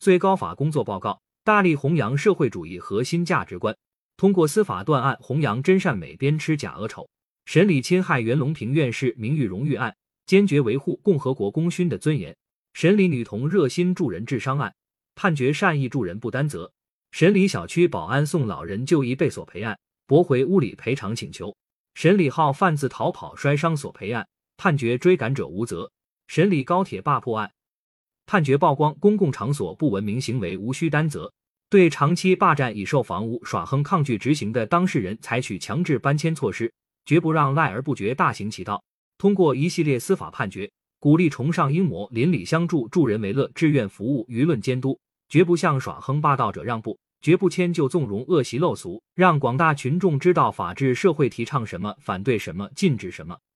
最高法工作报告大力弘扬社会主义核心价值观，通过司法断案弘扬真善美，鞭笞假恶丑，审理侵害袁隆平院士名誉荣誉案，坚决维护共和国功勋的尊严，审理女童热心助人致伤案，判决善意助人不担责，审理小区保安送老人就医被索赔案，驳回物理赔偿请求，审理号贩子逃跑摔伤索赔案，判决追赶者无责，审理高铁霸破案，判决曝光公共场所不文明行为无需担责，对长期霸占已售房屋耍横抗拒执行的当事人采取强制搬迁措施，绝不让赖而不决大行其道。通过一系列司法判决，鼓励崇尚英模邻里相助助人为乐志愿服务舆论监督，绝不向耍横霸道者让步，绝不迁就纵容恶习陋俗，让广大群众知道法治社会提倡什么，反对什么，禁止什么。